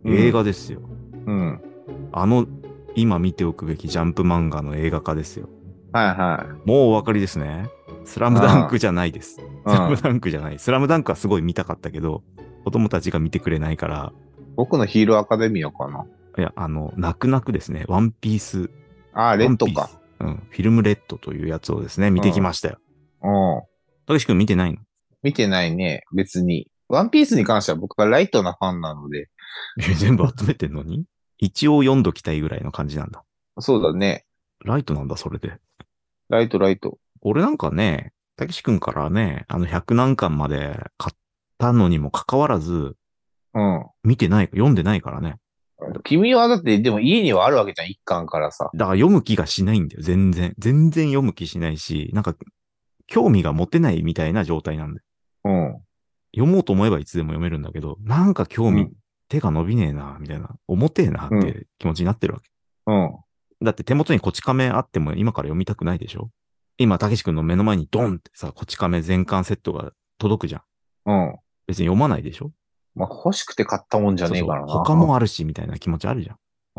映画ですよ。 うん。 あの、今見ておくべきジャンプ漫画の映画化ですよ。 はいはい。 もうお分かりですね。スラムダンクじゃないです。 うん。 スラムうん。 ダンクじゃない。スラムダンクはすごい見たかったけど、子供たちが見てくれないから、 僕のヒーローアカデミアかな。 いや、泣く泣くですね。ワンピース、 ああ、レワッドか。 ンピース、うん、フィルムレッドというやつをですね、見てきうん。 ましたよ。 うん。 たけし君見てないの？ 見てないね。別に。ワンピースに関しては僕はライトなファンなので。 全部集めてんのに一応読んどきたいぐらいの感じなんだ。 そうだね。 ライトなんだ、それで。 ライト、ライト。 俺なんかね、たけし君からね、100何巻まで買ったのにもかかわらず、 うん。 見てない、読んでないからね。 君はだって、でも家にはあるわけじゃん、一巻からさ。 だから読む気がしないんだよ、全然。全然読む気しないし、なんか、興味が持てないみたいな状態なんで。 うん。 読もうと思えばいつでも読めるんだけど、なんか興味、 うん。 手が伸びねえな、みたいな、重てえなっうん。 て気持ちになってるわけ。 うん。 だって手元にこち亀あっても今から読みたくないでしょ？今、たけし君の目の前にドンってさ、こち亀全巻セットが届くじゃん。 うん。 別に読まないでしょ？ まあ、欲しくて買ったもんじゃそうそう。 ねえからな。 他もあるし、みたいな気持ちあるじゃん。 うん。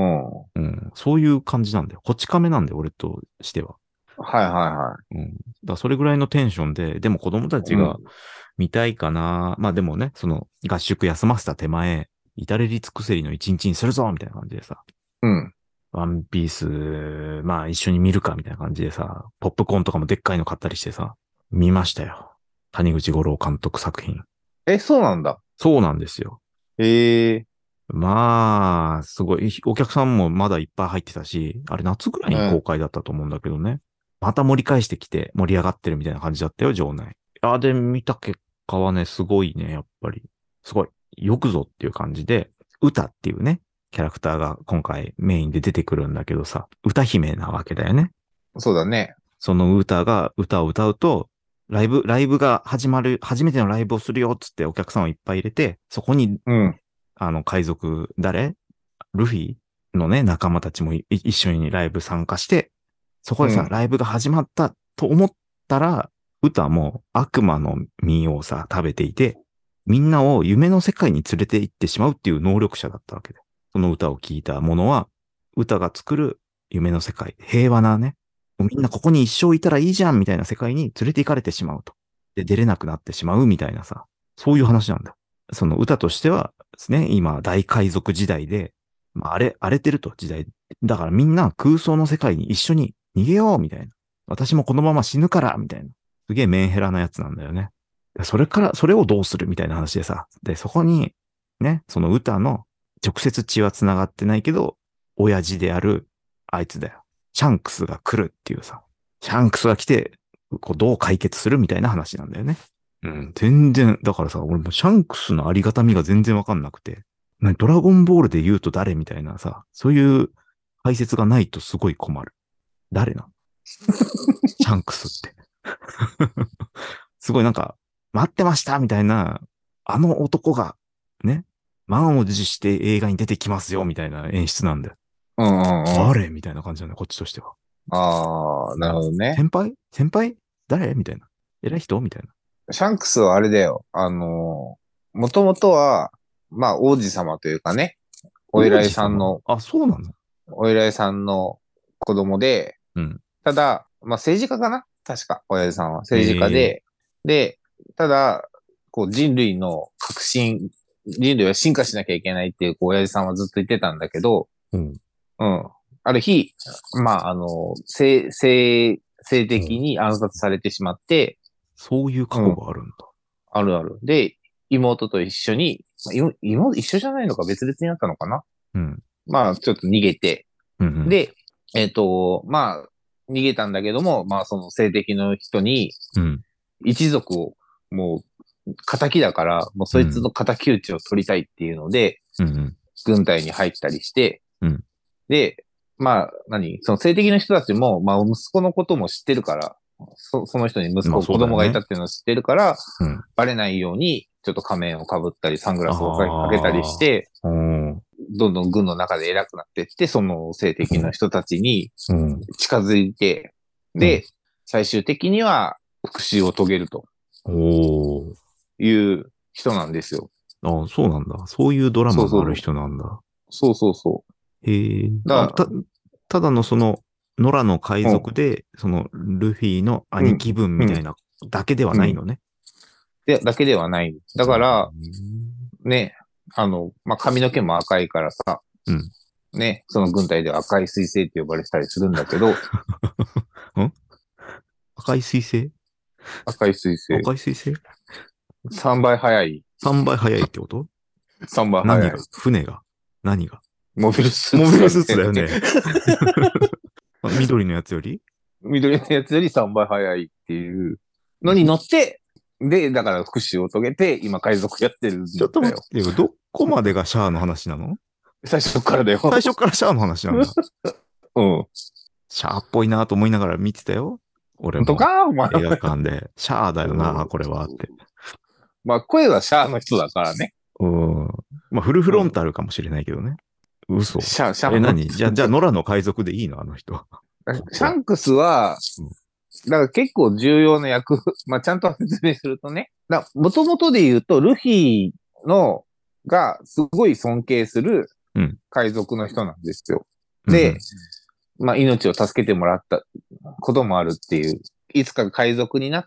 うん。そういう感じなんだよ。こち亀なんだよ、俺としては。 はいはいはうん。だからそれぐらいのテンションで、でも子供たい。 ちがうん。 見たいかな。まあでもね、その合宿休ませた手前、至れり尽くせりの一日にするぞみたいな感じでさ、 うん。 ワンピース、まあ一緒に見るかみたいな感じでさ、ポップコーンとかもでっかいの買ったりしてさ、見ましたよ。谷口五郎監督作品。 え、そうなんだ。 そうなんですよ。 ええ。 まあ、すごい、お客さんもまだいっぱい入ってたし、あれ夏ぐらいに公うん。 開だったと思うんだけどね。また盛り返してきて盛り上がってるみたいな感じだったよ、場内。で、見た結果はね、すごいね、やっぱり。すごい。よくぞっていう感じで、歌っていうね、キャラクターが今回メインで出てくるんだけどさ、歌姫なわけだよね。 そうだね。 その歌が歌を歌うと、ライブが始まる、初めてのライブをするよっつってお客さんをいっぱい入れて、そこにうん。 海賊、ルフィのね、仲間たちも一緒にライブ参加して、そこでさ、 うん。 ライブが始まったと思ったら、歌も悪魔の実をさ、食べていて、みんなを夢の世界に連れて行ってしまうっていう能力者だったわけで。その歌を聴いた者は、歌が作る夢の世界、平和なね、みんなここに一生いたらいいじゃんみたいな世界に連れて行かれてしまうと。で、出れなくなってしまうみたいなさ、そういう話なんだ。その歌としてはですね、今、大海賊時代で、まあ、荒れてると、時代。だからみんな空想の世界に一緒に逃げようみたいな。私もこのまま死ぬからみたいな。すげえメンヘラなやつなんだよね。それをどうするみたいな話でさ。で、そこに、ね、その歌の直接血は繋がってないけど、親父であるあいつだよ。シャンクスが来るっていうさ。シャンクスが来て、こうどう解決するみたいな話なんだよね。うん、全然、だからさ、俺もシャンクスのありがたみが全然わかんなくて、ドラゴンボールで言うと誰みたいなさ、そういう解説がないとすごい困る。誰なのシャンクスって。すごいなんか、待ってましたみたいな、あの男が、ね、満を持して映画に出てきますよみたいな演出なんだよ。 うんうんうん。 誰みたいな感じなんだよ、こっちとしては。 ああ、なるほうん。 どね。 先輩誰みたいな。偉い人みたいな。 シャンクスはあれだよ。もともとは、まあ、王子様というかね、お偉い王子さんの、 様あ、そうなの？ お偉いさんの子供で、 うん。 ただ、まあ、政治家かな確か、親父さんは政治家ええ、 で、ただ、こう人類の革新、人類は進化しなきゃいけないっていう、こう、親父さんはずっと言ってたんだけど、 うん。 うん。ある日、まあ、性うん。 的に暗殺されてしまって、 そういう過去うん。 があるんだ。 あるある。で、妹と一緒に、まあ妹一緒じゃないのか別々になったのかな。 うん。 まあ、ちょっと逃げて、 うん。 で、まあ、逃げたんだけども、まあ、その性的の人に、 うん。 一族を、もう、仇だから、もうそいつうん。 の仇討ちを取りたいっていうので、 うん。 軍隊に入ったりして、 うん。 で、まあ、その性的な人たちも、まあ、息子のことも知ってるから、その人にまあ子供がいたそうだよね。 っていうのを知ってるから、 うん。 バレないように、ちょっと仮面をかぶったり、サングラスをかけたりしあて、 あ。うん。 どんどん軍の中で偉くなっていって、その性的な人たちにうん。 近づいて、 うん。 で、最終的には復讐を遂げるとおー。 いう人なんですよ。 ああ、そうなんだ。そういうドラマがある人なんだ。 そうそうそへえ。 う。だから、 ただのその、野良の海うん、 賊で、その、ルフィのうん、 兄貴分うん、 みたいなだけではうん。 ないのね。 だけではない。だうから、 ん。 ね、まあ、髪の毛も赤いからさ、 うん。 ね、その軍隊では赤い彗星って呼ばれてたりするんだけど、 ん赤い彗星赤い彗星。 赤い彗星 3倍速い。 ?3 倍速いってこと？ 3倍何が速い。 船が何がモビルスーモビルツなんスーツだよね。 ね。 緑のやつより緑のやつより3倍速いっていうのに乗って、で、だから復讐を遂げて、今海賊やってるんちょっとだよ。 待ってよ。どこまでがシャアの話なの？ 最初からだよ。 最初からシャアの話なんだ。 うん。 シャアっぽいなと思いながら見てたよ。俺本当もかお前。 映画館で。シャアだよな、 うんこれはって。 まあ、声はシャアの人だからね。 うん。まあ、フルフうん。 ロンタルかもしれないけどね。嘘。 シャアの何じゃあ、 人。 野良の海賊でいいのあの人。本当は。 シャンクスは、 うんだから結構重要な役、まあちゃんと説明するとね。もともとで言うと、ルフィがすごい尊敬するうん海賊の人なんですよ。 うんうんで、まあ命を助けてもらったこともあるっていう、いつか海賊になって、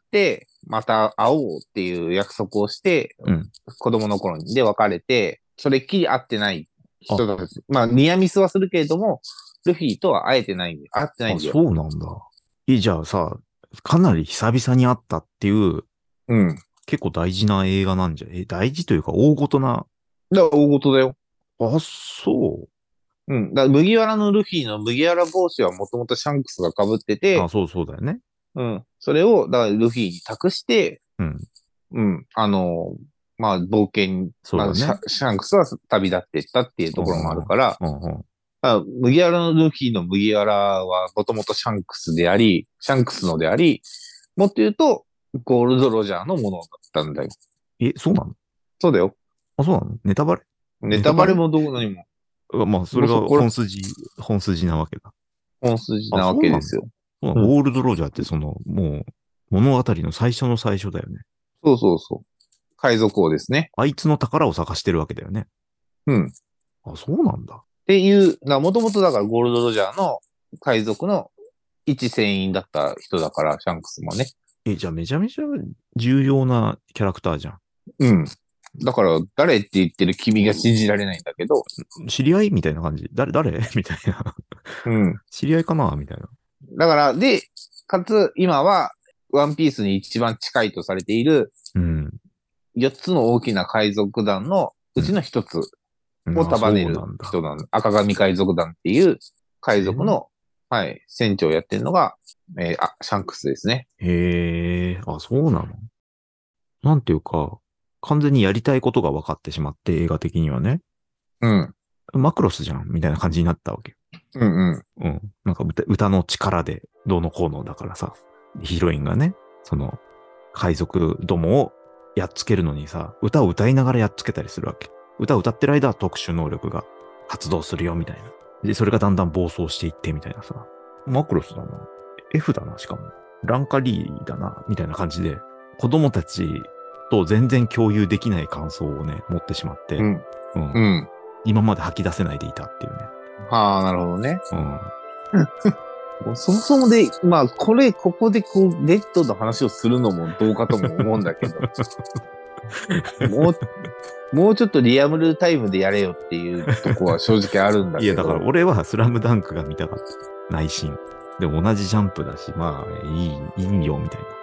また会おうっていう約束をして、 うん子供の頃にで別れて、それっきり会ってないあ、 人だ。まあニアミスはするけれども、ルフィとは会ってないんだよ。 そうなんだ。じゃあさ、かなり久々に会ったっていう、 うん。 結構大事な映画なんじゃ、大事というか大ごとな、 だから大事だよ。 あ、そうん。だから麦わらのルフィの麦わら帽子はもともとシャンクスが被ってう。あ、 て、 そうだよね。 うん。それを、だからルフィに託して、 うん。 うん。まあ、冒険、まあ、 そうだね。 シャンクスは旅立っていったっていうところもあるから、 うんうん。 麦わらのルフィの麦わらはもともとシャンクスであり、シャンクスのであり、もっと言うと、ゴールド・ロジャーのものだったんだよ。 そうなの？ そうだよ。 あ、そうなの？ネタバレ？ ネタバレもどこにも、 まあ、それがもうそこら本筋なわけだ。あ、 本筋なわそうなの？ けですよ。 そうなのうん。 ゴールドロジャーってもう、物語の最初の最初だよね。 そうそうそう。海賊王ですね。 あいつの宝を探してるわけだよね。 うん。 あ、そうなんだ。 っていう、もともとだからゴールド・ロジャーの海賊の一船員だった人だから、シャンクスもね。 じゃあめちゃめちゃ重要なキャラクターじゃん。 うん。だから、誰って言ってる君が信じられないんだけど、 知り合いみたいな感じ。誰みたいな。 うん。 知り合いかなみたいな。 だから、で、かつ、今は、ワンピースに一番近いとされている、 うん。 4つの大きな海賊団のうちの1つを束ねそうるなんだ。 人なの。赤髪海賊団っていう海賊の、はい、船長をやってるのが、シャンクスですね。 へえ、あ、そうなの？なんていうか、完全にやりたいことが分かってしまって、映画的にはね。 うん。 マクロスじゃんみたいな感じになったわけ。 うんうん。 うん。なんか歌の力でどうのこうのだからさ、ヒロインがね、海賊どもをやっつけるのにさ、歌を歌いながらやっつけたりするわけ。歌を歌ってる間は特殊能力が発動するよみたいな。で、それがだんだん暴走していってみたいなさ。マクロスだな。F だな、しかも。ランカリーだな、みたいな感じで、子供たちと全然共有できない感想をね、持ってしまって、 うん。 うん。 うん。 今まで吐き出せないでいたっていうね。 はあ、なるほどね。 うん。 そもそもで、まあ、ここでこう、レッドの話をするのもどうかとも思うんだけど、もうちょっとリアルタイムでやれよっていうとこは正直あるんだいや、 けど。 だから俺はスラムダンクが見たかった。内心。でも同じジャンプだし、まあ、いいよ、みたいな。